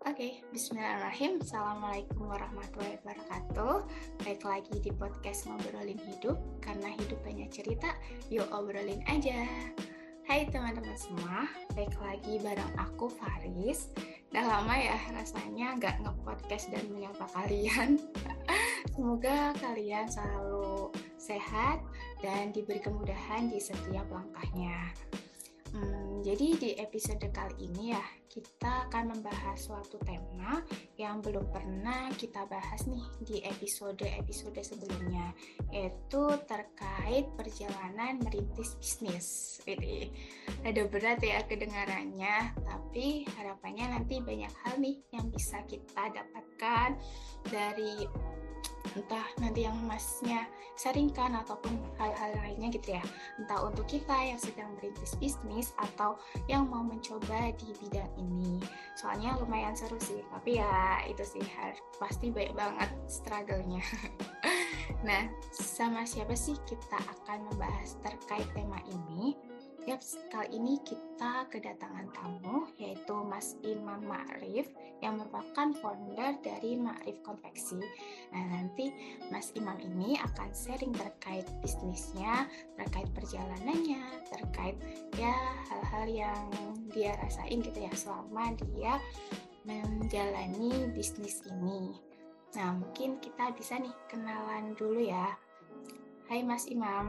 Oke, bismillahirrahmanirrahim. Assalamualaikum warahmatullahi wabarakatuh. Baik lagi di podcast Ngobrolin Hidup, karena hidup banyak cerita, yuk obrolin aja. Hai teman-teman semua, baik lagi bareng aku Faris. Udah lama ya rasanya nggak nge-podcast dan menyapa kalian. Semoga kalian selalu sehat dan diberi kemudahan di setiap langkahnya. Jadi di episode kali ini ya, kita akan membahas suatu tema yang belum pernah kita bahas nih di episode-episode sebelumnya, yaitu terkait perjalanan merintis bisnis. Ini ada berat ya kedengarannya, tapi harapannya nanti banyak hal nih yang bisa kita dapatkan dari entah nanti yang masnya sharingkan ataupun hal-hal lainnya gitu ya, entah untuk kita yang sedang merintis bisnis atau yang mau mencoba di bidang ini. Soalnya lumayan seru sih, tapi ya itu sih pasti banyak banget struggle-nya. Nah, sama siapa sih kita akan membahas terkait tema ini? Yap, kali ini kita kedatangan tamu, yaitu Mas Imam Ma'rif, yang merupakan founder dari Ma'rif Konveksi. Nah, nanti Mas Imam ini akan sharing terkait bisnisnya, terkait perjalanannya, terkait ya hal-hal yang dia rasain gitu ya selama dia menjalani bisnis ini. Nah, mungkin kita bisa nih kenalan dulu ya. Hai Mas Imam.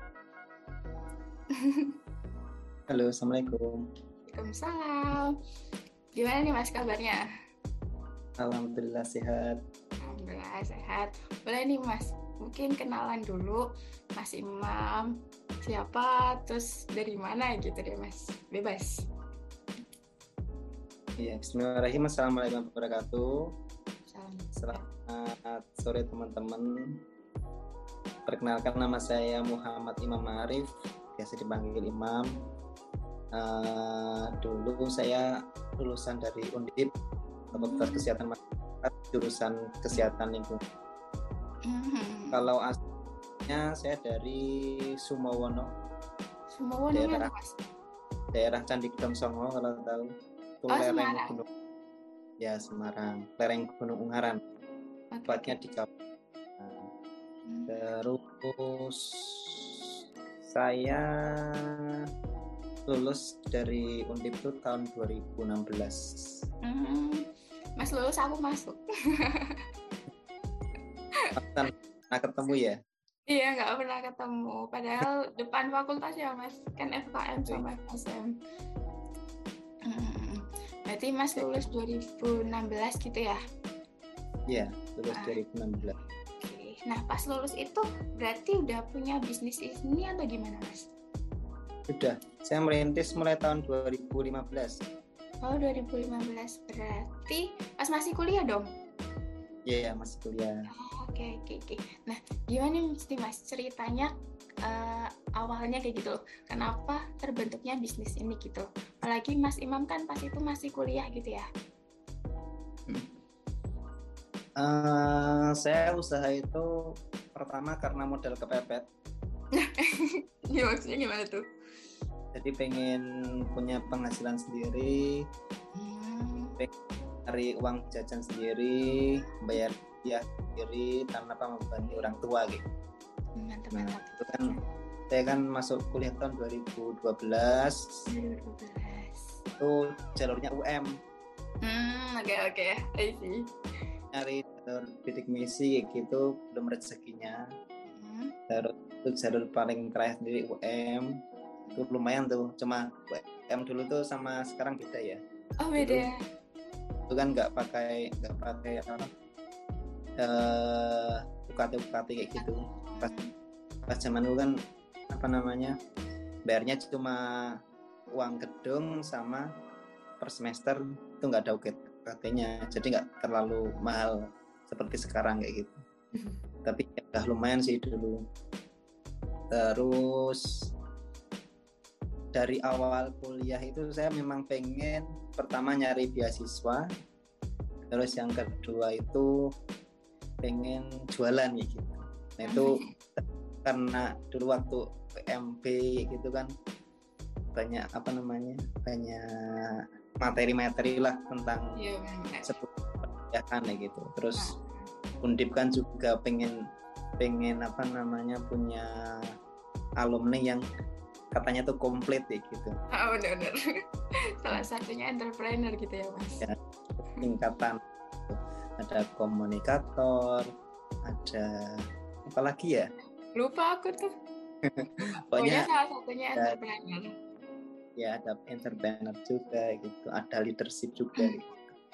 Halo, Assalamualaikum. Waalaikumsalam. Gimana nih Mas kabarnya? Alhamdulillah sehat. Alhamdulillah sehat. Boleh nih Mas, mungkin kenalan dulu Mas Imam. Siapa, terus dari mana gitu deh Mas. Bebas. Iya, bismillahirrahmanirrahim. Assalamualaikum warahmatullahi wabarakatuh. Salam. Selamat sore teman-teman. Perkenalkan, nama saya Muhammad Imam Ma'rif, biasa dipanggil Imam. Dulu saya lulusan dari Undip, Fakultas Kesehatan Masyarakat, jurusan Kesehatan Lingkungan. Kalau aslinya saya dari Sumowono, daerah Candi Gedong Songo, kalau tahu. Itu lereng Semarang. Gunung. Ya, Semarang, lereng Gunung Ungaran. Tepatnya di Kabupaten. Terus saya lulus dari Undip itu tahun 2016. Mas lulus, aku masuk. Pernah ketemu ya? Iya, nggak pernah ketemu. Padahal depan fakultas ya Mas, kan FKM sama FSM. Berarti Mas lulus 2016 gitu ya? Iya, lulus 2016. Oke. Nah, pas lulus itu berarti udah punya bisnis ini atau gimana Mas? Sudah, saya merintis mulai tahun 2015. Oh, 2015. Berarti pas masih kuliah dong? Iya, masih kuliah. Oke. Nah, gimana mesti Mas ceritanya awalnya kayak gitu? Kenapa terbentuknya bisnis ini gitu? Apalagi Mas Imam kan pas itu masih kuliah gitu ya? Saya usaha itu pertama karena modal kepepet. Ya, maksudnya gimana tuh? Jadi pengen punya penghasilan sendiri, pengen cari uang jajan sendiri, bayar kuliah sendiri tanpa membebani orang tua gitu. Mantap. Itu kan saya kan masuk kuliah tahun 2012. Itu jalurnya UM. Oke, I see. Nyari jalur bidik misi gitu belum rezekinya. Terus itu jalur paling terakhir sendiri UM. Itu lumayan tuh, cuma UM dulu tuh sama sekarang beda ya. Oh, beda. Itu kan nggak pakai apa UKT kayak gitu. Pas zaman dulu kan apa namanya, bayarnya cuma uang gedung sama per semester, itu nggak ada UKT-nya, jadi nggak terlalu mahal seperti sekarang kayak gitu. Tapi ya udah lumayan sih dulu. Terus dari awal kuliah itu saya memang pengen pertama nyari beasiswa, terus yang kedua itu pengen jualan ya gitu. Nah itu karena dulu waktu PMB gitu kan banyak materi-materi lah tentang Iya, seputar pendidikan ya gitu. Terus Undip kan juga pengen apa namanya punya alumni yang katanya tuh komplit ya gitu. Benar-benar. Salah satunya entrepreneur gitu ya Mas. Ya, tingkatan ada komunikator, ada apa lagi ya? Lupa aku tuh. Pokoknya salah satunya entrepreneur. Ya ada entrepreneur juga gitu, ada leadership juga gitu.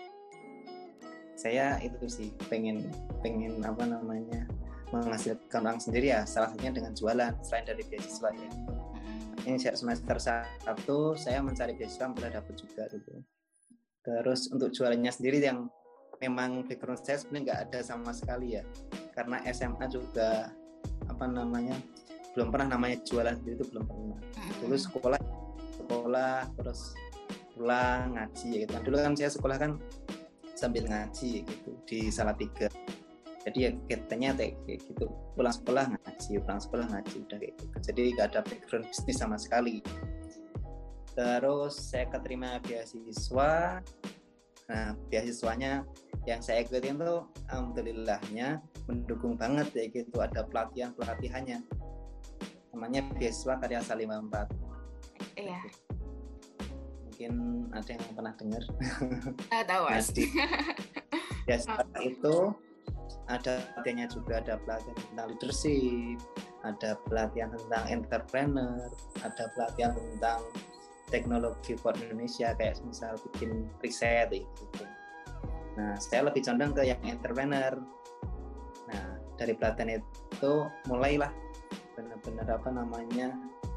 Saya itu sih pengen apa namanya menghasilkan uang sendiri ya, salah satunya dengan jualan selain dari beasiswa ya. Ini semester 1 saya mencari beasiswa mulai dapat juga dulu. Terus untuk jualannya sendiri yang memang background saya sebenarnya nggak ada sama sekali ya, karena SMA juga apa namanya belum pernah namanya jualan sendiri itu belum pernah. Dulu sekolah terus pulang ngaji ya gitu kan. Dulu kan saya sekolah kan sambil ngaji gitu di Salatiga. Jadi ya katanya kayak gitu, pulang sekolah ngaji udah kayak gitu. Jadi nggak ada background bisnis sama sekali. Terus saya keterima beasiswa. Nah, beasiswanya yang saya ikutin tuh alhamdulillahnya mendukung banget ya gitu, ada pelatihannya. Namanya beasiswa Karya Salimah 4. Iya. Mungkin ada yang pernah dengar. Tahu Mas. Beasiswa itu ada pelatihannya juga, ada pelatihan tentang leadership, ada pelatihan tentang entrepreneur, ada pelatihan tentang teknologi for Indonesia kayak misal bikin riset gitu. Nah, saya lebih condong ke yang entrepreneur. Nah, dari pelatihan itu mulailah benar-benar apa namanya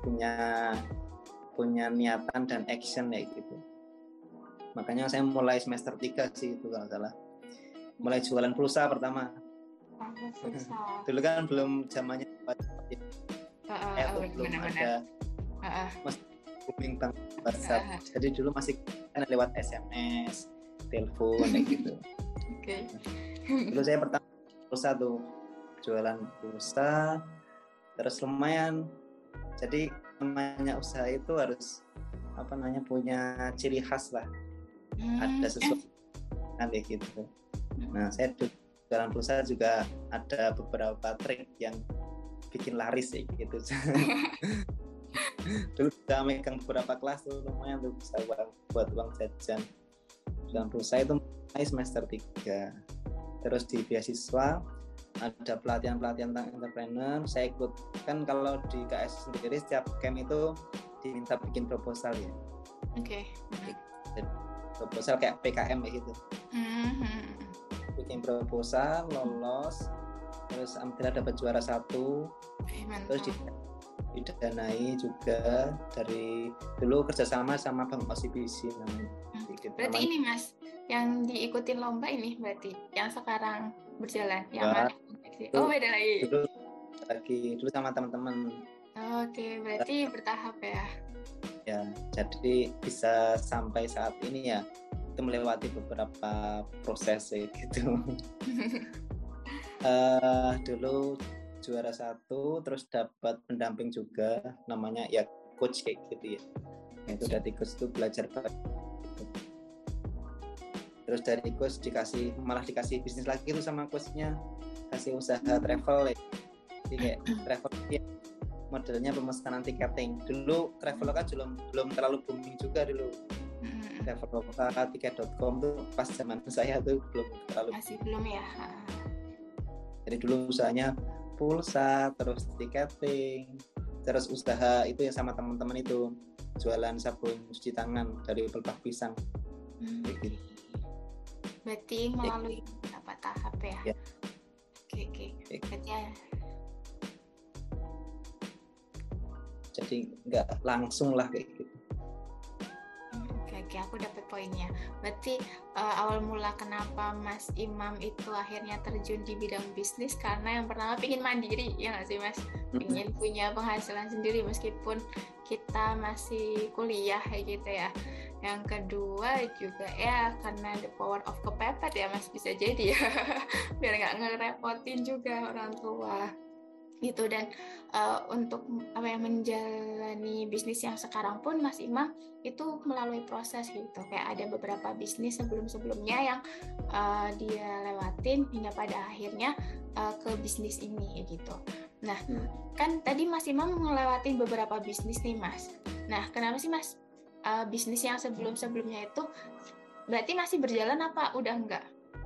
punya niatan dan action ya gitu. Makanya saya mulai semester 3 sih itu kalau salah. Mulai jualan pulsa pertama. Dulu kan belum zamannya belum ada booming banget WhatsApp. Jadi dulu masih lewat SMS, telepon gitu. Oke. Dulu saya pertama pulsa tuh, jualan pulsa, terus lumayan. Jadi namanya usaha itu harus apa namanya punya ciri khas lah. Ada sesuatu kayak gitu. Nah, saya jualan pulsa juga ada beberapa trik yang bikin laris ya gitu. Dulu kita megang beberapa kelas tuh lumayan tuh bisa buat uang jajan. Jualan pulsa itu mulai semester 3. Terus di beasiswa ada pelatihan tentang entrepreneur. Saya ikut kan kalau di KS sendiri setiap camp itu diminta bikin proposal ya. Oke. Proposal kayak PKM gitu. Bikin proposal, lolos, terus alhamdulillah dapat juara 1. Terus didanai juga dari dulu kerjasama sama Bank OCBC namanya. Berarti ini Mas yang diikutin lomba ini berarti yang sekarang berjalan yang mana? Beda lagi. Dulu sama teman-teman. Oke, berarti bertahap ya. Ya, jadi bisa sampai saat ini ya itu melewati beberapa proses gitu. Dulu juara 1, terus dapat pendamping juga namanya ya coach kayak gitu ya. Itu dari coach itu belajar banget. Terus dari coach malah dikasih bisnis lagi tuh sama coachnya, kasih usaha travel ya. Jadi kayak travel ya, modelnya pemesanan tiketing. Dulu Traveloka belum terlalu booming juga dulu. Traveloka, tiket.com tuh pas zaman saya tuh belum terlalu masih belum ya. Jadi dulu usahanya pulsa, terus tiketing, terus usaha itu ya sama teman-teman itu jualan sabun cuci tangan dari pelepah pisang. Gitu. Berarti melalui beberapa tahap ya. Oke. Berarti ya. Jadi nggak langsung lah kayak gitu. Oke, aku dapat poinnya. Berarti awal mula kenapa Mas Imam itu akhirnya terjun di bidang bisnis karena yang pertama pingin mandiri, ya nggak sih Mas? Pingin punya penghasilan sendiri meskipun kita masih kuliah kayak gitu ya. Yang kedua juga ya karena the power of kepepet ya Mas, bisa jadi ya. Biar nggak ngerepotin juga orang tua. gitu. Dan untuk menjalani bisnis yang sekarang pun Mas Imam itu melalui proses gitu, kayak ada beberapa bisnis sebelumnya yang dia lewatin hingga pada akhirnya ke bisnis ini gitu. Nah, kan tadi Mas Imam ngelewatin beberapa bisnis nih Mas. Nah, kenapa sih Mas bisnis yang sebelumnya itu berarti masih berjalan apa udah enggak?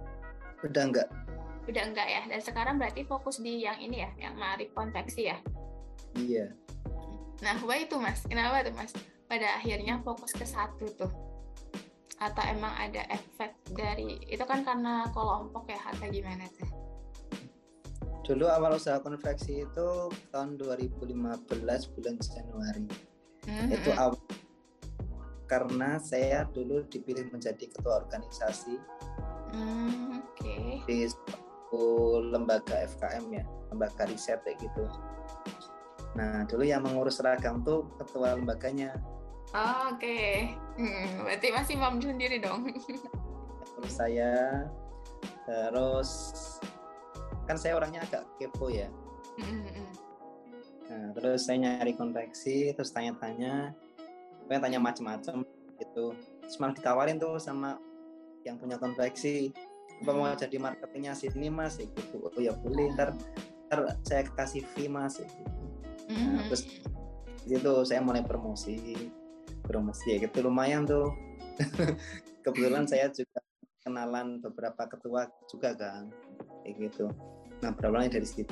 Udah enggak ya, dan sekarang berarti fokus di yang ini ya, yang Marik konveksi ya? Iya. Nah, why itu Mas? Kenapa tuh Mas pada akhirnya fokus ke satu tuh? Atau emang ada efek dari, itu kan karena kelompok ya, atau gimana tuh? Dulu awal usaha konveksi itu tahun 2015 bulan Januari. Itu awal karena saya dulu dipilih menjadi ketua organisasi di lembaga FKM ya, lembaga riset kayak gitu. Nah, dulu yang mengurus seragam tuh ketua lembaganya. Berarti masih Imam sendiri dong. Terus saya, kan saya orangnya agak kepo ya. Nah, terus saya nyari konveksi, terus tanya macam-macam gitu. Terus malah ditawarin tuh sama yang punya konveksi, apa mau jadi marketingnya sini Mas gitu. Oh ya boleh, ntar saya kasih fee Mas gitu. Nah, terus itu saya mulai promosi ya gitu, lumayan tuh. Kebetulan saya juga kenalan beberapa ketua juga kan kayak gitu. Nah, berawalnya dari situ.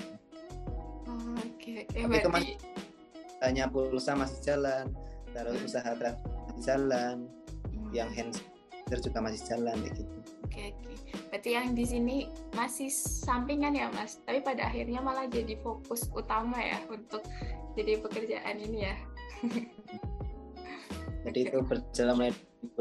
Tapi itu masih hanya pulsa masih jalan, terus usaha masih jalan, yang hands juga masih jalan kayak gitu. Oke. Berarti yang di sini masih sampingan ya Mas, tapi pada akhirnya malah jadi fokus utama ya untuk jadi pekerjaan ini ya. Jadi itu berjalan mulai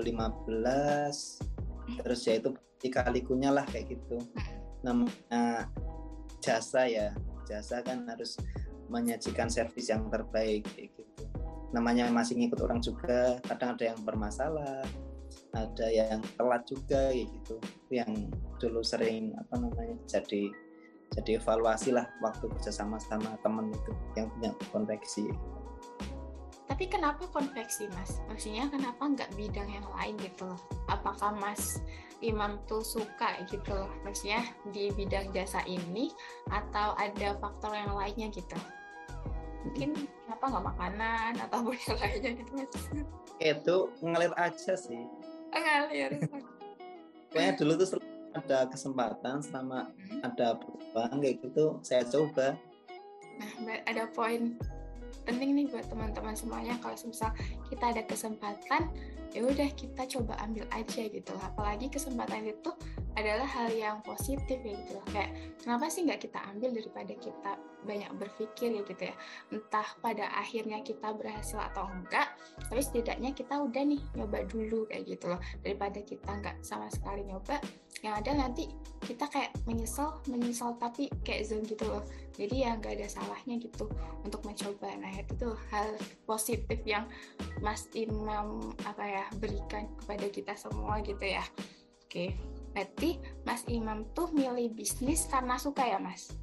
2015, terus ya itu lika-likunya lah kayak gitu. Namanya jasa kan harus menyajikan servis yang terbaik kayak gitu. Namanya masih ngikut orang juga, kadang ada yang bermasalah, ada yang telat juga kayak gitu. Yang dulu sering jadi evaluasi lah waktu kerja sama teman itu yang punya konveksi. Tapi kenapa konveksi Mas? Maksudnya kenapa nggak bidang yang lain gitu loh? Apakah Mas Imam tuh suka gitu loh? Maksudnya di bidang jasa ini atau ada faktor yang lainnya gitu? Mungkin kenapa nggak makanan atau yang lainnya gitu Mas? Itu ngalir aja sih. Ngalir. Pokoknya dulu tuh ada kesempatan selama ada peluang kayak gitu saya coba. Nah, ada poin penting nih buat teman-teman semuanya, kalau misal kita ada kesempatan ya udah kita coba ambil aja gitu. Apalagi kesempatan itu adalah hal yang positif ya gitu. Kayak kenapa sih nggak kita ambil daripada kita banyak berpikir ya gitu ya. Entah pada akhirnya kita berhasil atau enggak, tapi setidaknya kita udah nih nyoba dulu kayak gitu loh. Daripada kita nggak sama sekali nyoba, yang ada nanti kita kayak menyesal tapi kayak zone gitu loh. Jadi ya nggak ada salahnya gitu untuk mencoba. Nah itu hal positif yang Mas Imam berikan kepada kita semua gitu ya. Oke, berarti Mas Imam tuh milih bisnis karena suka ya Mas?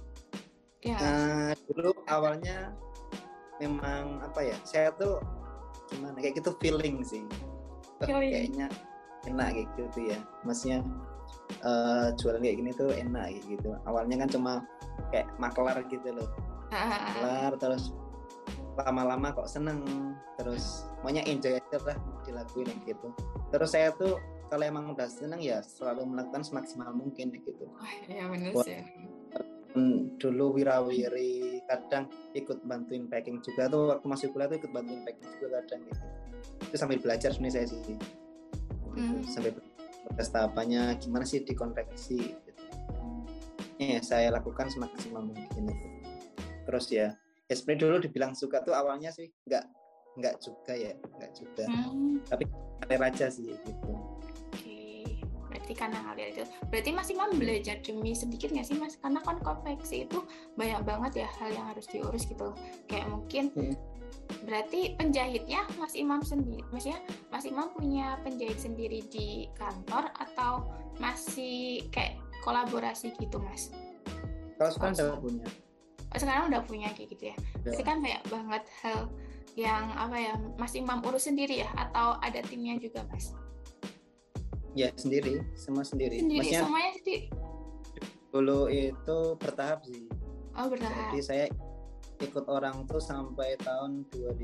Ya. Dulu awalnya memang saya tuh gimana kayak gitu feeling sih. Kayaknya enak kayak gitu ya. Maksudnya jualan kayak gini tuh enak kayak gitu. Awalnya kan cuma kayak maklar gitu loh. Maklar terus lama-lama kok seneng, terus maunya enjoy aja lah dilakuin gitu. Terus saya tuh kalau emang udah seneng ya selalu melakukan semaksimal mungkin gitu. Ya benar sih. Dulu wirawiri kadang ikut bantuin packing juga tuh, waktu masih kuliah tuh ikut bantuin packing juga kadang gitu. Itu sambil belajar sebenarnya saya sih. Sampai proses tahapannya gimana sih di konveksi gitu. Ya saya lakukan semaksimal mungkin itu. Terus ya sebenarnya dulu dibilang suka tuh awalnya sih nggak juga. Tapi ngalir aja sih gitu. Oke, berarti karena ngalir itu. Berarti Mas Imam belajar demi sedikit nggak sih Mas? Karena kan konveksi itu banyak banget ya hal yang harus diurus gitu. Kayak mungkin berarti penjahitnya Mas Imam sendiri. Maksudnya Mas Imam punya penjahit sendiri di kantor atau masih kayak kolaborasi gitu Mas? Kalau sekarang udah punya. sekarang udah punya kayak gitu ya. Itu kan banyak banget hal yang apa ya Mas Imam urus sendiri ya, atau ada timnya juga Mas? Ya sendiri, semua sendiri. Sendiri, Maksudnya semuanya sendiri. dulu itu bertahap sih. Oh, bertahap. Jadi saya ikut orang tuh sampai tahun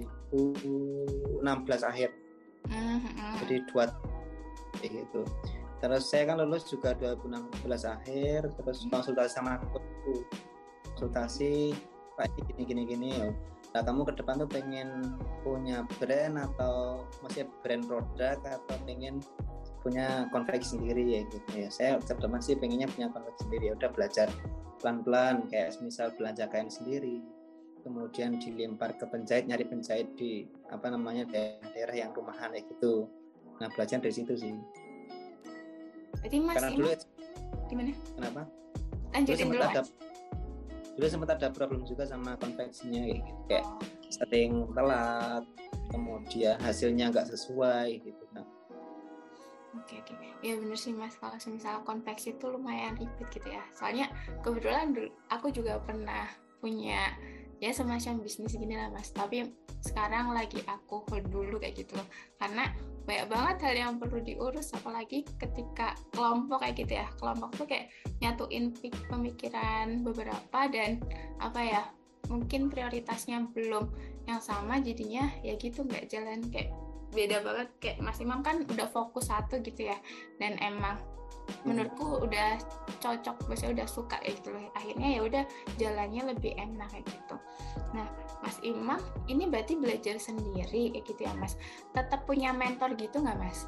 2016 akhir. Jadi 2 gitu. Terus saya kan lulus juga 2016 akhir, terus konsultasi sama aku, konsultasi Pak gini ya. Nah, kamu ke depan tuh pengen punya brand atau masih brand produk atau pengen punya konveksi sendiri ya gitu ya. Saya ke depan sih pengennya punya konveksi sendiri. Ya udah belajar pelan-pelan kayak misal belanja kain sendiri. Kemudian dilempar ke penjahit, nyari penjahit di apa namanya daerah yang rumahan kayak gitu. Nah, belajar dari situ sih. Jadi Mas Karena ini dulu gimana? Kenapa? Lanjutin dulu. Dulu sempat ada problem juga sama konveksinya kayak sering telat, kemudian hasilnya nggak sesuai gitu kan. Oke. Ya bener sih Mas, kalau misalnya konveksi itu lumayan ribet gitu ya. Soalnya kebetulan dulu aku juga pernah punya ya semacam bisnis gini lah Mas. Tapi sekarang lagi aku hold dulu kayak gitu loh. Karena banyak banget hal yang perlu diurus, apalagi ketika kelompok kayak gitu ya. Kelompok tuh kayak nyatuin pemikiran beberapa dan apa ya, mungkin prioritasnya belum yang sama, jadinya ya gitu nggak jalan, kayak beda banget. Kayak Mas Imam kan udah fokus satu gitu ya, dan emang menurutku udah cocok, maksudnya udah suka ya gitu loh. Akhirnya ya udah jalannya lebih enak kayak gitu. Nah, Mas Imam ini berarti belajar sendiri kayak gitu ya Mas. Tetap punya mentor gitu nggak Mas?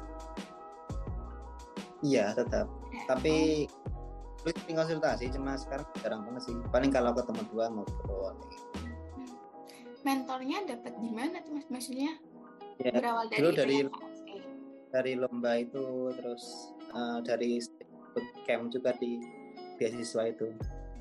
Iya tetap. Tapi sering konsultasi, cuma sekarang jarang banget sih. Paling kalau ketemu dua ngobrol. Mentornya dapat di mana tuh Mas? Maksudnya Ya, berawal dulu dari lomba itu, terus dari camp juga di beasiswa itu.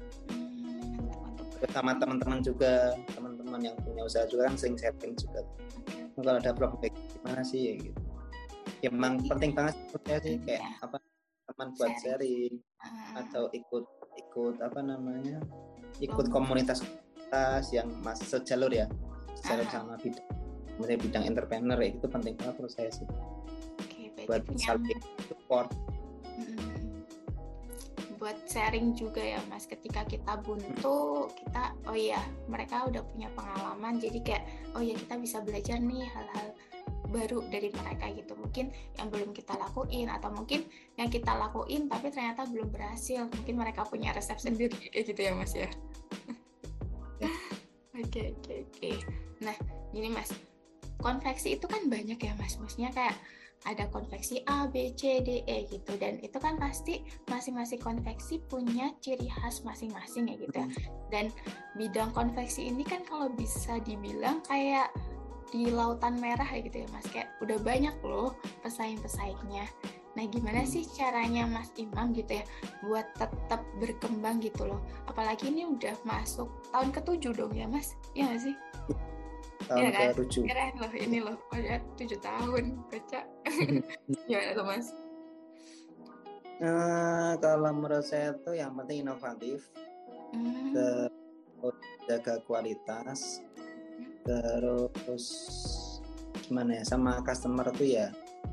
Sama teman-teman juga, teman-teman yang punya usaha juga kan sering sharing juga. Kalau ada problem gimana sih ya gitu. Ya, emang penting banget saya sih kayak apa teman buat sharing atau ikut apa namanya ikut komunitas yang masih sejalur ya, sejalur sama bidang entrepreneur ya, itu penting banget menurut saya sih. Buat saling support, buat sharing juga ya Mas. Ketika kita buntu, kita oh iya mereka udah punya pengalaman, jadi kayak oh iya kita bisa belajar nih hal-hal baru dari mereka gitu, mungkin yang belum kita lakuin atau mungkin yang kita lakuin tapi ternyata belum berhasil, mungkin mereka punya resep sendiri kayak gitu ya Mas ya. Oke. Nah gini Mas, konveksi itu kan banyak ya Mas, maksudnya kayak ada konveksi A, B, C, D, E gitu, dan itu kan pasti masing-masing konveksi punya ciri khas masing-masing ya gitu ya. Dan bidang konveksi ini kan kalau bisa dibilang kayak di lautan merah ya gitu ya Mas, kayak udah banyak loh pesaing-pesaingnya. Nah gimana sih caranya Mas Imam gitu ya buat tetap berkembang gitu loh, apalagi ini udah masuk tahun ke-7 dong ya Mas, iya nggak sih? tahun ya kan? ke-7 Keren loh ini loh, udah 7 tahun baca. Gimana tuh Mas? Kalau menurut saya tuh yang penting inovatif, terus jaga kualitas, terus gimana ya sama customer tuh ya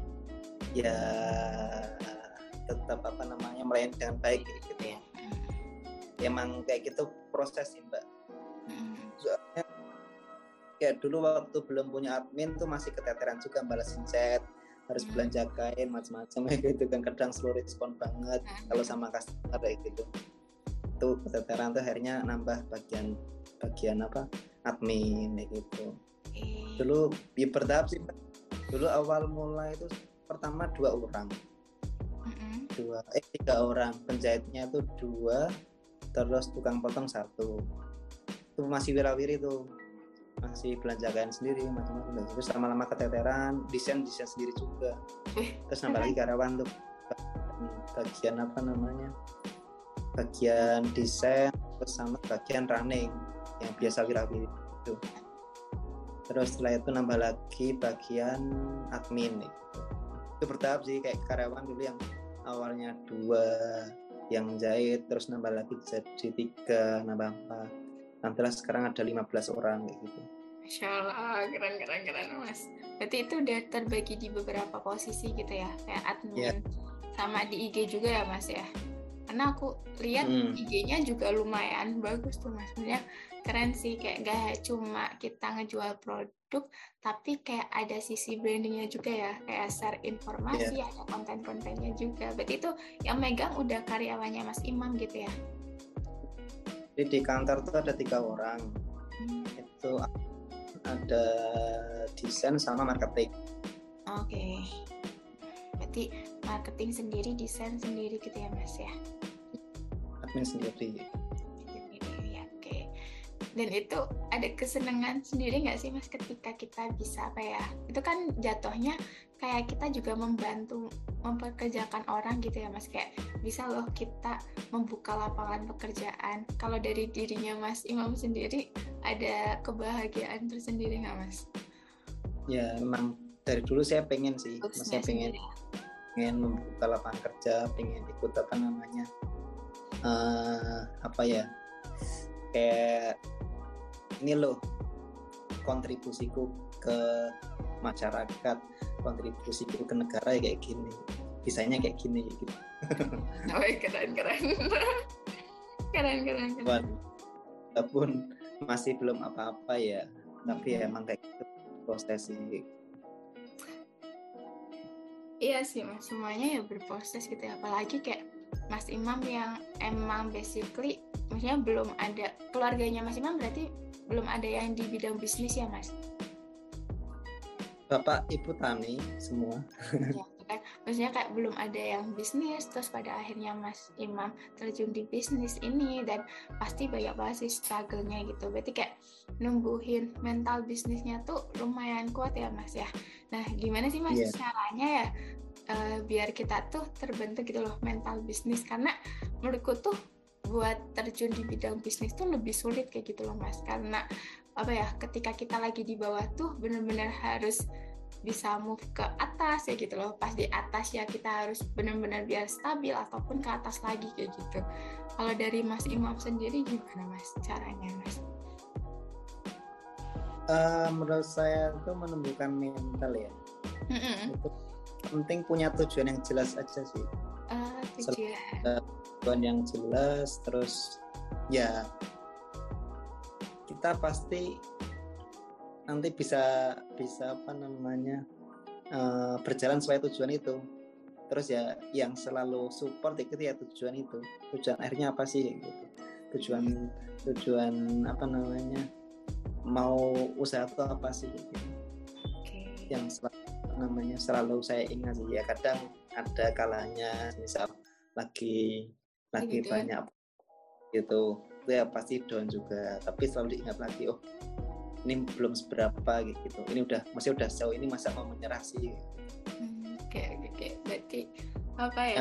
tetap apa namanya melayani dengan baik gitu ya. Emang kayak gitu proses sih Mbak. Soalnya kayak dulu waktu belum punya admin tuh masih keteteran juga balasin chat, harus belanja kain macam-macam gitu kan, kadang slow respon banget kalau sama customer kayak gitu. Tuh keteteran tuh akhirnya nambah bagian apa admin kayak gitu. Dulu ya bertahap sih Mbak. Dulu awal mulai itu pertama 2 orang. 3 orang, penjahitnya tuh 2, terus tukang potong 1. Itu masih wirawiri tuh, masih belanja kain sendiri macam-macam. Terus lama-lama keteteran, desain sendiri juga. Terus nambah lagi karyawan tuh bagian apa namanya, bagian desain, terus sama bagian running yang biasa wirawiri itu. Terus setelah itu nambah lagi bagian admin gitu. Itu bertahap sih, kayak karyawan dulu yang awalnya 2 yang jahit, terus nambah lagi jadi 3, nambah 4, Alhamdulillah sekarang ada 15 orang kayak gitu. Masya Allah, keren Mas. Berarti itu udah terbagi di beberapa posisi gitu ya, kayak admin sama di IG juga ya Mas ya. Karena aku lihat IG-nya juga lumayan bagus tuh Mas. Sebenarnya keren sih, kayak gak cuma kita ngejual produk, tapi kayak ada sisi brandingnya juga ya, kayak share informasi, ada konten-kontennya juga. Berarti itu yang megang udah karyawannya Mas Imam gitu ya? Jadi di kantor tuh ada 3 orang. Itu ada desain sama marketing. Oke. Berarti marketing sendiri, desain sendiri gitu ya Mas ya? Admin sendiri. Ya, oke. Dan itu ada kesenangan sendiri nggak sih Mas ketika kita bisa apa ya? Itu kan jatuhnya kayak kita juga membantu mempekerjakan orang gitu ya Mas, kayak bisa loh kita membuka lapangan pekerjaan. Kalau dari dirinya Mas Imam sendiri ada kebahagiaan tersendiri nggak Mas? Ya memang dari dulu saya pengen sih, saya pengen membuka lapangan kerja, pengen ikut apa namanya kayak ini loh kontribusiku ke masyarakat, kontribusiku ke negara kayak gini, bisanya kayak gini gitu. Oh, keren. Walaupun masih belum apa-apa ya, tapi ya emang kayak gitu proses sih. Iya sih Mas, semuanya ya berproses gitu ya. Apalagi kayak Mas Imam yang emang basically maksudnya belum ada, keluarganya Mas Imam berarti belum ada yang di bidang bisnis ya Mas? Bapak Ibu tani semua. Ya, kan? Maksudnya kayak belum ada yang bisnis, terus pada akhirnya Mas Imam terjun di bisnis ini, dan pasti banyak banget sih struggle-nya gitu. Berarti kayak numbuhin mental bisnisnya tuh lumayan kuat ya Mas ya. Nah gimana sih Mas caranya ya biar kita tuh terbentuk gitu loh mental bisnis, karena menurutku tuh buat terjun di bidang bisnis tuh lebih sulit kayak gitu loh Mas, karena apa ya, ketika kita lagi di bawah tuh benar-benar harus bisa move ke atas ya gitu loh. Pas di atas ya kita harus benar-benar biar stabil, ataupun ke atas lagi kayak gitu. Kalau dari Mas Imam sendiri gimana Mas caranya Mas? Menurut saya itu menumbuhkan mental ya. Itu penting punya tujuan yang jelas aja sih. Tujuan yang jelas, terus ya kita pasti nanti bisa apa namanya berjalan sesuai tujuan itu. Terus ya yang selalu support itu ya tujuan itu. Tujuan akhirnya apa sih gitu. Tujuan apa namanya, mau usaha itu apa sih gitu. Yang selalu saya ingat sih ya. Kadang ada kalanya misal lagi banyak gitu, itu ya pasti down juga, tapi selalu diingat lagi, oh ini belum seberapa gitu, ini masih udah sejauh ini, masa mau menyerah sih. Oke. Berarti apa ya,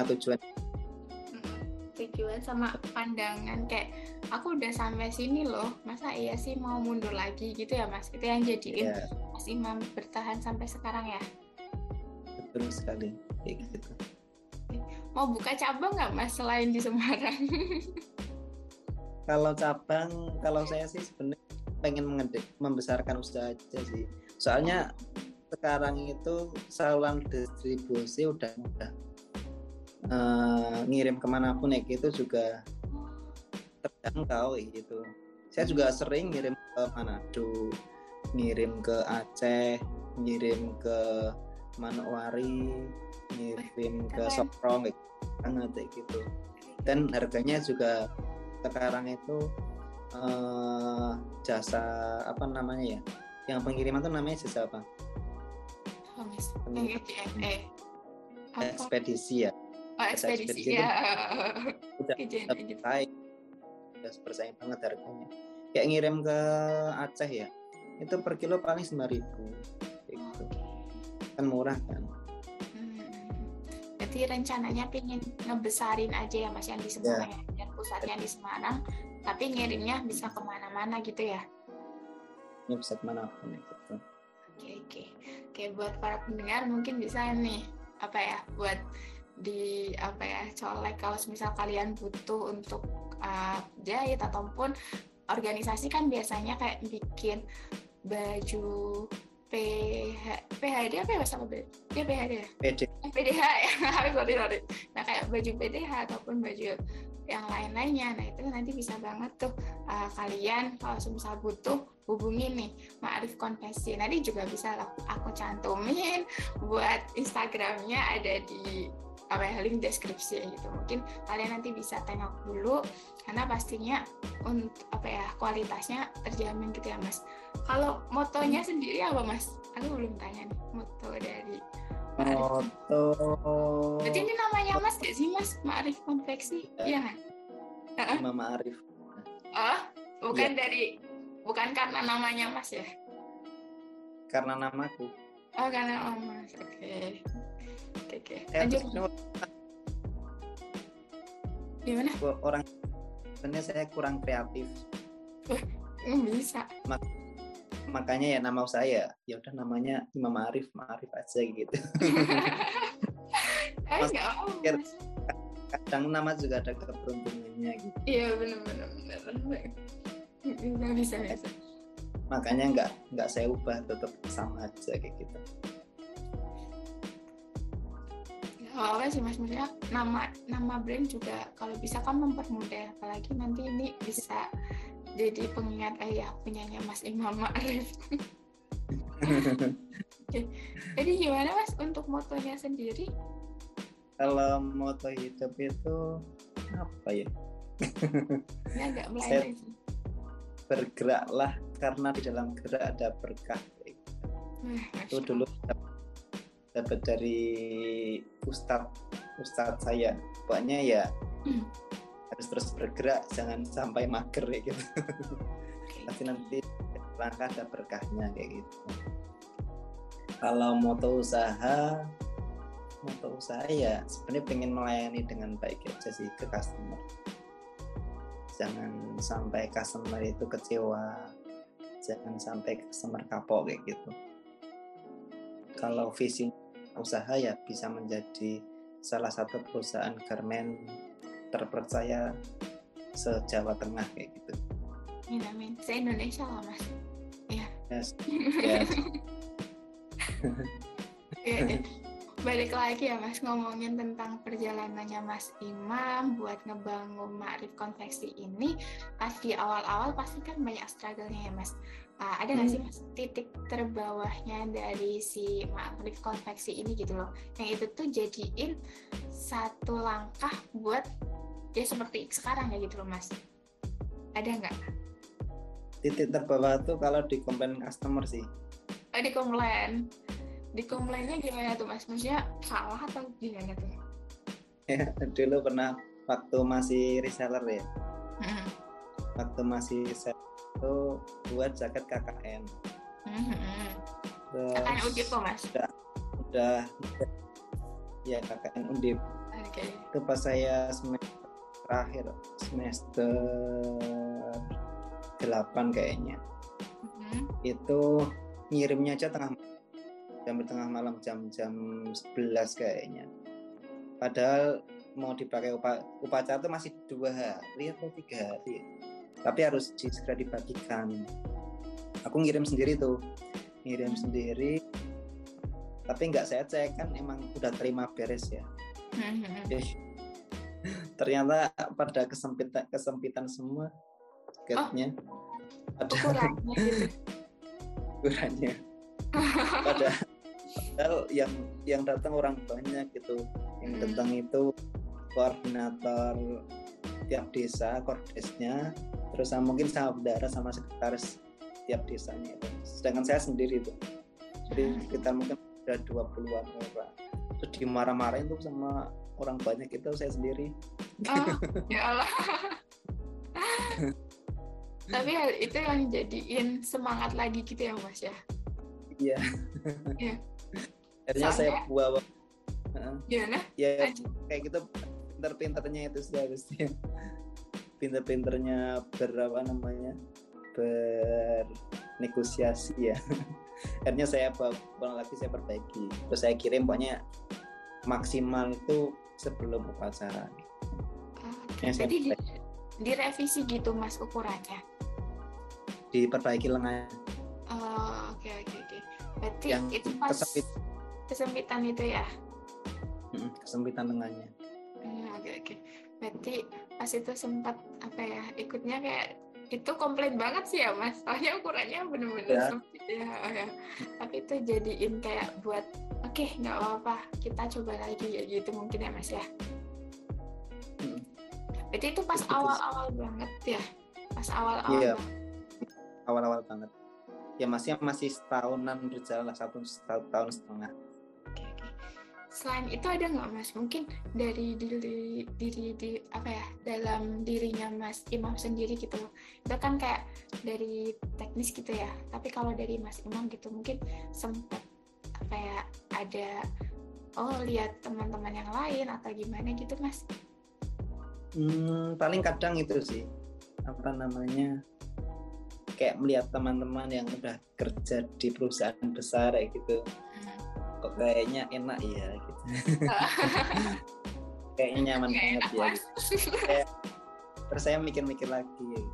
tujuan sama pandangan kayak aku udah sampai sini loh, masa iya sih mau mundur lagi gitu ya Mas. Itu yang jadiin Mas Imam bertahan sampai sekarang ya. Betul sekali kayak gitu. Mau buka cabang nggak Mas selain di Semarang? Kalau cabang, kalau saya sih sebenarnya pengen membesarkan usaha aja sih. Soalnya sekarang itu saluran distribusi udah mudah, ngirim kemanapun ya gitu juga terjangkau gitu. Saya juga sering ngirim ke Manado, ngirim ke Aceh, ngirim ke Manokwari, ngirim ke Sorong gitu. Dan harganya juga sekarang itu jasa apa namanya ya, yang pengiriman tuh namanya jasa apa? Ekspedisi ya. Ekspedisi ya. Udah bersaing banget harganya. Kayak ngirim ke Aceh ya, itu per kilo paling 9.000 gitu. Kan murah kan. Jadi rencananya pengen ngebesarin aja ya Mas yang di Semarang ya, dan pusatnya di Semarang, tapi ngirimnya bisa kemana-mana gitu ya? Ini bisa kemana-mana gitu. Oke, buat para pendengar mungkin bisa nih apa ya, buat di apa ya, colek kalau misal kalian butuh untuk jahit ataupun organisasi kan biasanya kayak bikin baju PHD apa ya bahasa dia PHD ya? PDH ya, sorry. Nah kayak baju PDH ataupun baju yang lain-lainnya, nah itu nanti bisa banget tuh kalian kalau misal butuh hubungi nih Ma'arif Konveksi. Nanti juga bisa aku cantumin buat Instagramnya, ada di link deskripsi gitu. Mungkin kalian nanti bisa tengok dulu karena pastinya untuk kualitasnya terjamin gitu ya Mas. Kalau motonya sendiri apa Mas? Aku belum tanya nih moto dari Ma'arif. Berarti ini namanya Mas gak sih Mas? Ma'arif Konveksi, iya kan? Mama Arif. Oh, bukan bukan karena namanya Mas ya? Karena namaku. Oh, karena Mas. Oke. Lanjut. Gimana? Orang sebenarnya saya kurang kreatif. Bisa. Makanya ya nama saya ya udah namanya Imam Arif aja gitu. Mas, kadang nama juga ada keberuntungannya gitu. Iya benar. Bisa. Makanya nggak saya ubah, tetap sama aja kayak gitu. Apa sih Mas, maksudnya nama brand juga kalau bisa kan mempermudah, apalagi nanti ini bisa jadi pengingat punyanya Mas Imam Ma'arif. Jadi gimana Mas untuk motonya sendiri? Kalau moto hidup itu apa ya? Ya agak melain sih. Bergeraklah karena di dalam gerak ada berkah. Itu dulu dapat dari Ustadz saya. Pokoknya ya harus terus bergerak, jangan sampai mager kayak gitu. Pasti nanti langkah ada berkahnya kayak gitu. Kalau moto usaha ya sebenarnya pengen melayani dengan baik aja sih ke customer. Jangan sampai customer itu kecewa, jangan sampai customer kapok kayak gitu. Kalau visi usaha ya bisa menjadi salah satu perusahaan garment terpercaya se-Jawa Tengah kayak gitu. Amin. Se-Indonesia lah Mas. Iya. Yes. Balik lagi ya Mas, ngomongin tentang perjalanannya Mas Imam buat ngebangun Ma'arif Konveksi ini. Pas di awal-awal pasti kan banyak struggle-nya ya Mas. Ada nggak sih Mas titik terbawahnya dari si Ma'arif Konveksi ini gitu loh, yang itu tuh jadiin satu langkah buat ya seperti sekarang ya gitu loh Mas? Ada nggak? Titik terbawah tuh kalau di komplain customer sih. Di komplainnya gimana tuh Mas? Maksudnya salah atau gimana tuh? Ya, dulu pernah waktu masih reseller ya. Waktu masih reseller itu buat jaket KKN. KKN Undip kok Mas? Udah ya KKN Undip. Okay. Itu pas saya semester 8 kayaknya. Itu ngirimnya aja tengah malam jam 11 kayaknya. Padahal mau dipakai upacara itu masih 2 hari atau 3 hari. Tapi harus segera dibagikan. Aku ngirim sendiri. Tapi nggak saya cek, kan emang udah terima beres ya. Ternyata pada kesempitan semua jaketnya. Ukurannya gitu. Ukurannya. Padahal yang datang orang banyak gitu. Yang datang itu koordinator tiap desa, kordesnya, terus mungkin sama bendara sama sekretaris tiap desanya itu. Sedangkan saya sendiri itu. Jadi kita mungkin ada 20-an orang. Terus dimarah-marahin tuh sama orang banyak itu, saya sendiri. Oh, ya Allah. Tapi hal itu yang jadiin semangat lagi gitu ya Mas ya? Iya. Akhirnya saya bawa. Gimana? Ya kayak gitu, pinter-pinternya itu sih harusnya. Pinter-pinternya bernegosiasi ya. Akhirnya saya bawa lagi, saya perbaiki. Terus saya kirim, pokoknya maksimal itu sebelum upacara. Jadi direvisi gitu Mas ukurannya? diperbaiki lengannya. Oh, oke. Berarti Yang itu pas kesempitan itu ya? Kesempitan lengannya. Oke. Berarti pas itu sempat ikutnya kayak itu komplit banget sih ya Mas. Soalnya ukurannya bener-bener sempit ya. Tapi itu jadiin kayak buat oke, nggak apa-apa, kita coba lagi ya gitu mungkin ya Mas ya. Berarti itu pas awal-awal banget ya? Pas awal-awal. Iya. Awal-awal banget. Ya masih setahunan berjalan lah, 1 tahun setengah. Oke. Selain itu ada nggak Mas? Mungkin dari diri dalam dirinya Mas Imam sendiri gitu. Itu kan kayak dari teknis gitu ya. Tapi kalau dari Mas Imam gitu mungkin sempat ada lihat teman-teman yang lain atau gimana gitu Mas? Paling kadang itu sih kayak melihat teman-teman yang udah kerja di perusahaan besar kayak gitu, kok kayaknya enak ya gitu. Kayaknya nyaman banget ya gitu. Terus saya mikir-mikir lagi gitu.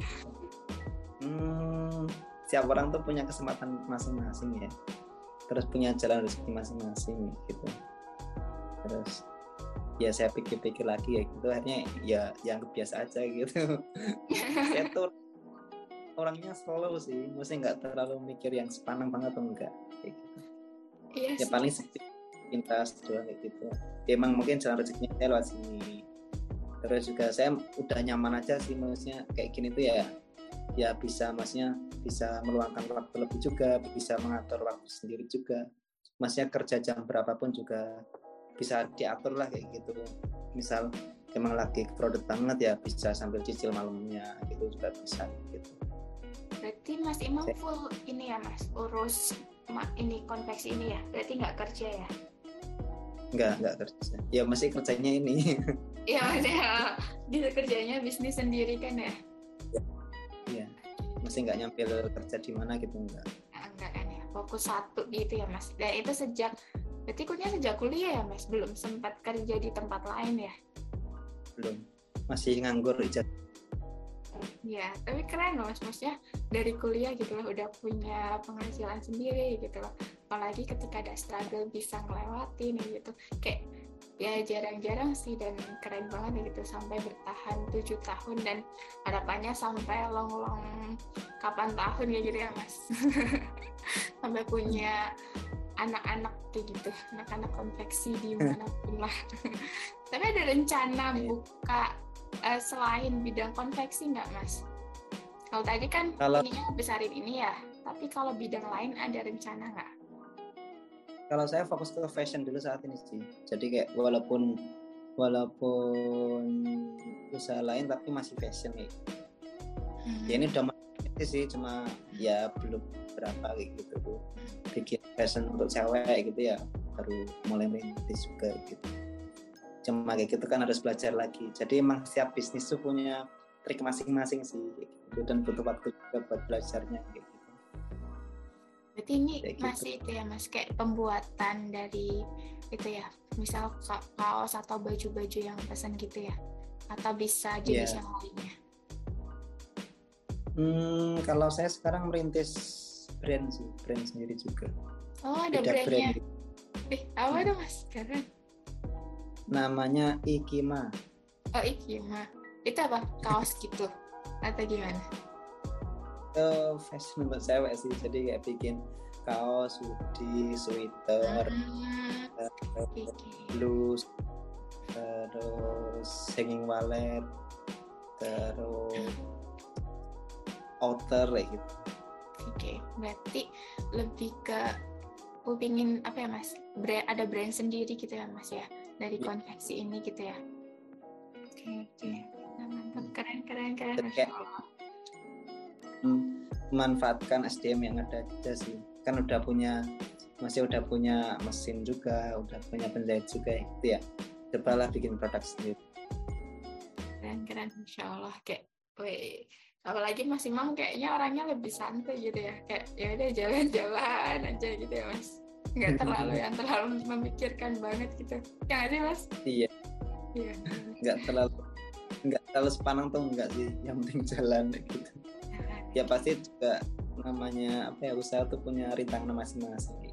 Setiap orang tuh punya kesempatan masing-masing ya, terus punya jalan rezeki masing-masing gitu. Terus ya saya pikir-pikir lagi ya gitu, akhirnya ya yang biasa aja gitu. Saya tuh orangnya slow sih, mesti nggak terlalu mikir yang sepanang banget atau enggak kayak gitu. Yes. Ya paling sepintas doang kayak gitu. Ya, emang mungkin jalan rezekinya saya lewat sini. Terus juga saya udah nyaman aja sih, maksudnya kayak gini tuh ya bisa meluangkan waktu lebih juga, bisa mengatur waktu sendiri juga. Maksudnya kerja jam berapapun juga bisa diatur lah kayak gitu. Misal emang lagi produk banget ya bisa sambil cicil malamnya gitu juga bisa gitu. Berarti Mas Imam full ini ya Mas, urus ini konveksi ini ya? Berarti nggak kerja ya? Nggak kerja. Ya masih kerjanya ini. Iya maksudnya dia kerjanya bisnis sendiri kan ya? Iya. Masih nggak nyampe kerja di mana gitu enggak. Enggak kan ya, fokus satu gitu ya Mas. Dan itu berarti ikutnya sejak kuliah ya Mas? Belum sempat kerja di tempat lain ya? Belum. Masih nganggur ijazah. Ya, tapi keren loh Mas, maksudnya dari kuliah gitu loh udah punya penghasilan sendiri gitu loh. Apalagi ketika ada struggle bisa ngelewatin gitu. Kayak ya jarang-jarang sih dan keren banget gitu sampai bertahan 7 tahun dan harapannya sampai long kapan tahun ya gitu ya Mas. Sampai punya anak-anak kayak gitu, anak-anak konveksi di manapun lah. Tapi ada rencana buka selain bidang konveksi nggak Mas? Kalau tadi kan ininya besarin ini ya, tapi kalau bidang lain ada rencana nggak? Kalau saya fokus ke fashion dulu saat ini sih. Jadi kayak walaupun usaha lain tapi masih fashion nih. Ya ini udah masih sih, cuma ya belum berapa kayak gitu tuh. Bikin fashion untuk cewek gitu ya, baru mulai merintis juga gitu. Cuma kayak gitu kan harus belajar lagi. Jadi emang setiap bisnis tuh punya trik masing-masing sih gitu, dan butuh waktu juga buat belajarnya gitu. Berarti ini masih gitu. Itu ya Mas, kayak pembuatan dari itu ya, misal kaos atau baju-baju yang pesan gitu ya, atau bisa jenis yang lainnya? Kalau saya sekarang merintis brand sendiri juga. Oh, ada brandnya. Apa tuh Mas? Keren. Namanya Ikima. Oh, Ikima. Itu apa? Kaos gitu? Atau gimana? Fashion buat cewek sih. Jadi kayak bikin kaos, hoodie, sweater, blus, terus hanging wallet, terus outer kayak gitu. Oke, berarti lebih ke pingin apa ya Mas? Ada brand sendiri gitu ya Mas ya? Dari konveksi ini gitu ya. Oke. Nah, mantap, keren. Masya Allah. Memanfaatkan SDM yang ada aja sih. Kan udah punya mesin juga, udah punya penjahit juga gitu ya. Cobalah bikin produk sendiri. Keren, Masya Allah. Kayak, apalagi Mas Imam kayaknya orangnya lebih santai gitu ya. Kayak ya udah jalan-jalan aja gitu ya Mas. Nggak terlalu memikirkan banget gitu. Ya nggak sih Mas? Iya. Nggak terlalu sepanang tuh enggak sih, yang penting jalan gitu. ya pasti juga namanya apa ya, usaha tuh punya rintangan masing-masing.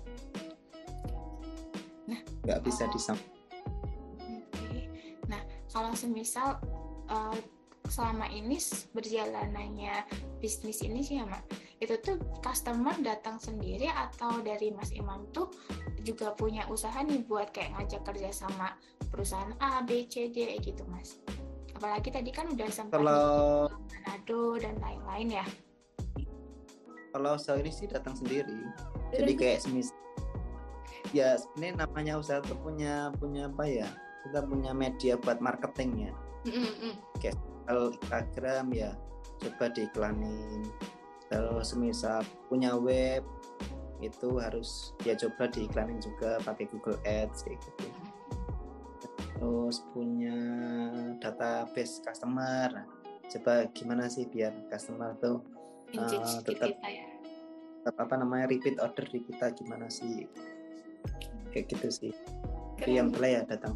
Nah, nggak bisa disam. Oke. Nah, kalau semisal selama ini berjalanannya bisnis ini sih ya Mak, itu tuh customer datang sendiri atau dari Mas Imam tuh juga punya usaha nih buat kayak ngajak kerja sama perusahaan A, B, C, D gitu Mas? Apalagi tadi kan udah sempat Kalau di Manado dan lain-lain ya. kalau usaha ini sih datang sendiri. Jadi kayak ya ini namanya usaha tuh punya apa ya, kita punya media buat marketingnya. Kayak Instagram ya coba diiklanin, terus misal punya web itu harus ya coba diiklanin juga pakai Google Ads kayak gitu. Terus punya database customer, coba gimana sih biar customer tuh tetap apa namanya repeat order di kita, gimana sih kayak gitu sih. Itu yang play ya datang.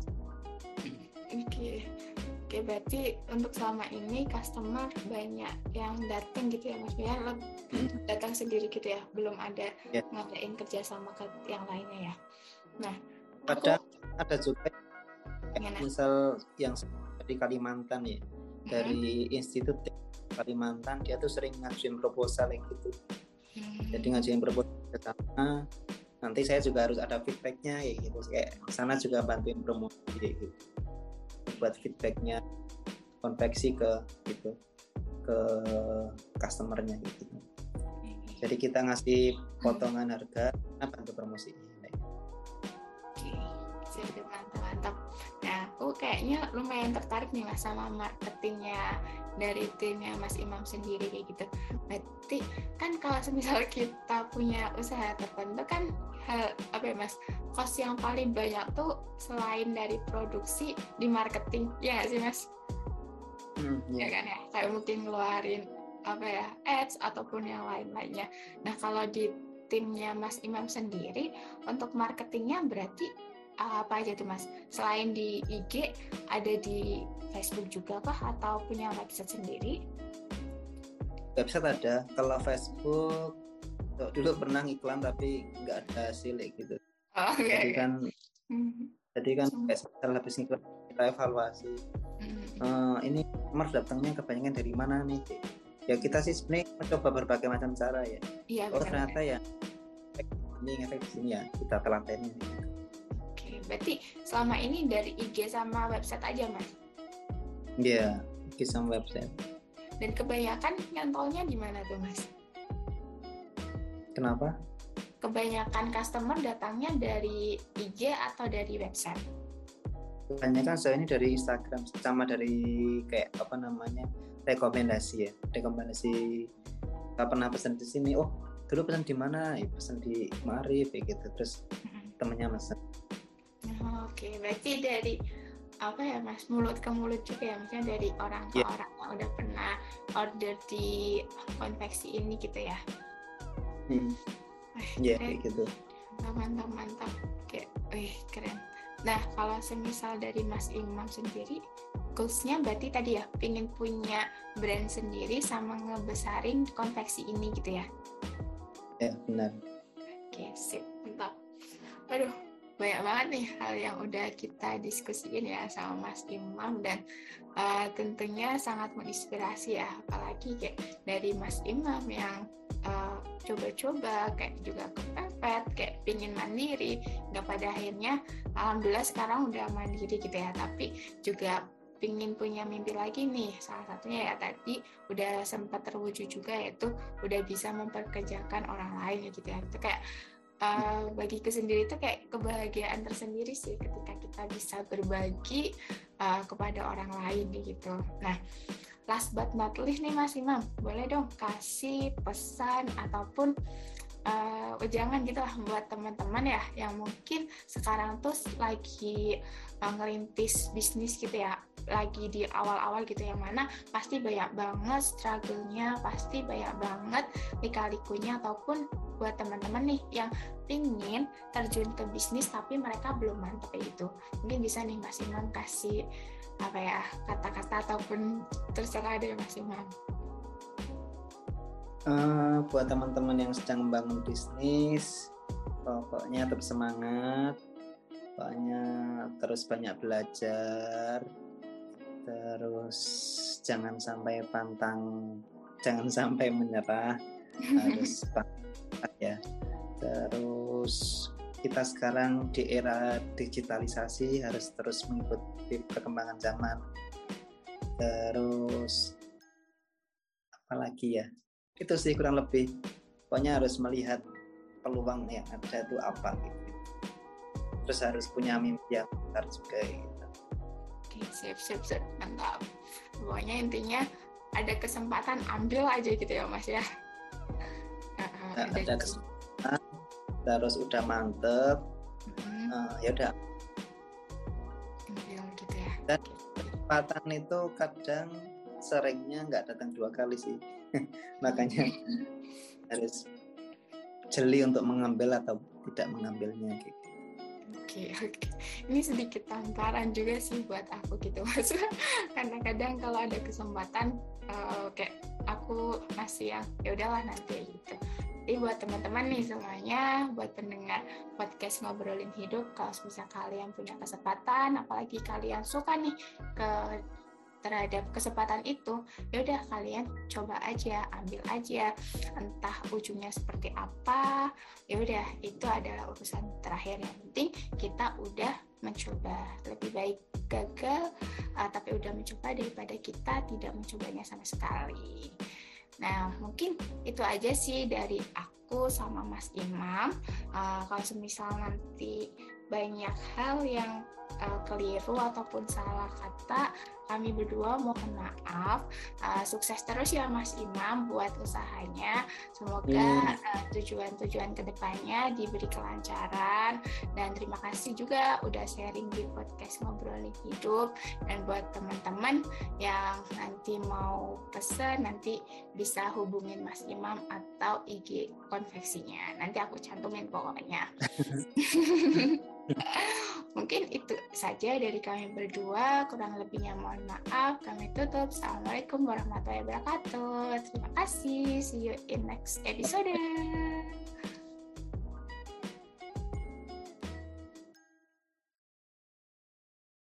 Oke, berarti untuk selama ini customer banyak yang datang gitu ya Mas ya, datang sendiri gitu ya, belum ada ngadain kerjasama ke yang lainnya ya. Nah, ada juga misal yang dari Kalimantan ya, dari Institut Kalimantan, dia tuh sering ngajuin proposal yang gitu. Jadi ngajuin proposal ke sana, nanti saya juga harus ada feedbacknya ya gitu, kayak sana juga bantuin promosi gitu, buat feedbacknya konveksi ke gitu ke customernya gitu. Jadi kita ngasih potongan harga, bantu promosi. Oke, mantap. Nah, aku kayaknya lumayan tertarik nih Mas sama marketingnya dari timnya Mas Imam sendiri kayak gitu. Berarti kan kalau semisal kita punya usaha tertentu kan apa ya Mas, cost yang paling banyak tuh selain dari produksi di marketing, ya nggak sih Mas? Ya kan ya, kayak mungkin ngeluarin apa ya, ads ataupun yang lain-lainnya. Nah, kalau di timnya Mas Imam sendiri untuk marketingnya berarti apa aja tuh Mas? Selain di IG, ada di Facebook juga kah atau punya website sendiri? Website ada. Kalau Facebook dulu pernah iklan tapi nggak ada hasil gitu. Jadi kan setelah habis iklan kita evaluasi. Ini nomor datangnya kebanyakan dari mana nih? Ya kita sih sebenarnya mencoba berbagai macam cara ya. Iya, ternyata ya ini efek di sini ya kita telatenin. Oke, berarti selama ini dari IG sama website aja Mas? Iya, IG sama website. Dan kebanyakan nyantolnya di mana tuh Mas? Kenapa? Kebanyakan customer datangnya dari IG atau dari website? Kebanyakan saya ini dari Instagram sama dari kayak apa namanya rekomendasi pernah pesan di sini, oh dulu pesan di mana, pesan di Ma'arif kayak gitu, terus temennya pesan. Oke, berarti dari apa ya Mas, mulut ke mulut juga ya, misalnya dari orang ke orang yang udah pernah order di konveksi ini gitu ya. Kayak gitu. Mantap. Oke, keren. Nah, kalau semisal dari Mas Imam sendiri, goals-nya berarti tadi ya, pengen punya brand sendiri sama ngebesarin konveksi ini gitu ya? Ya, benar. Oke, sip, mantap. Aduh, banyak banget nih hal yang udah kita diskusiin ya sama Mas Imam, dan tentunya sangat menginspirasi ya, apalagi kayak dari Mas Imam yang coba-coba kayak juga kepepet, kayak pingin mandiri, nggak pada akhirnya alhamdulillah sekarang udah mandiri gitu ya, tapi juga pingin punya mimpi lagi nih, salah satunya ya tadi udah sempat terwujud juga, yaitu udah bisa memperkerjakan orang lain gitu ya. Itu kayak bagiku sendiri itu kayak kebahagiaan tersendiri sih ketika kita bisa berbagi kepada orang lain gitu. Nah, last but not least nih Mas Imam, boleh dong kasih pesan ataupun jangan gitu lah buat teman-teman ya yang mungkin sekarang tuh lagi ngerintis bisnis gitu ya, lagi di awal-awal gitu, yang mana pasti banyak banget struggle-nya, pasti banyak banget lika-likunya, ataupun buat teman-teman nih yang pingin terjun ke bisnis tapi mereka belum mantap gitu. Mungkin bisa nih Mas Imam kasih apa ya, kata-kata ataupun terserah deh Mas Imam. Buat teman-teman yang sedang membangun bisnis, pokoknya tetap semangat, pokoknya terus banyak belajar, terus jangan sampai pantang, jangan sampai menyerah, harus pantang ya. Terus kita sekarang di era digitalisasi harus terus mengikuti perkembangan zaman. Terus apalagi ya, itu sih kurang lebih, pokoknya harus melihat peluang yang ada itu apa gitu. Terus harus punya mimpi yang besar juga gitu. Oke, sip, mantap. Pokoknya intinya ada kesempatan ambil aja gitu ya Mas ya. Ada kesempatan, terus udah mantep, ya udah ambil gitu ya. Dan kesempatan itu kadang seringnya nggak datang 2 kali sih. Makanya harus jeli untuk mengambil atau tidak mengambilnya gitu. Oke. Ini sedikit tamparan juga sih buat aku gitu Mas. Karena kadang kalau ada kesempatan kayak aku masih yang ya udahlah nanti gitu. Jadi buat teman-teman nih semuanya, buat pendengar podcast Ngobrolin Hidup, kalau bisa kalian punya kesempatan, apalagi kalian suka nih terhadap kesempatan itu, ya udah kalian coba aja, ambil aja, entah ujungnya seperti apa, ya udah itu adalah urusan terakhir. Yang penting kita udah mencoba. Lebih baik gagal tapi udah mencoba daripada kita tidak mencobanya sama sekali. Nah, mungkin itu aja sih dari aku sama Mas Imam. Kalau semisal nanti banyak hal yang keliru ataupun salah kata, kami berdua mohon maaf. Sukses terus ya Mas Imam buat usahanya. Semoga tujuan-tujuan kedepannya diberi kelancaran. Dan terima kasih juga udah sharing di podcast Ngobrolin Hidup. Dan buat teman-teman yang nanti mau pesan, nanti bisa hubungin Mas Imam atau IG konveksinya. Nanti aku cantumin pokoknya. Mungkin itu saja dari kami berdua, kurang lebihnya mohon maaf. Kami tutup. Assalamualaikum warahmatullahi wabarakatuh. Terima kasih. See you in next episode.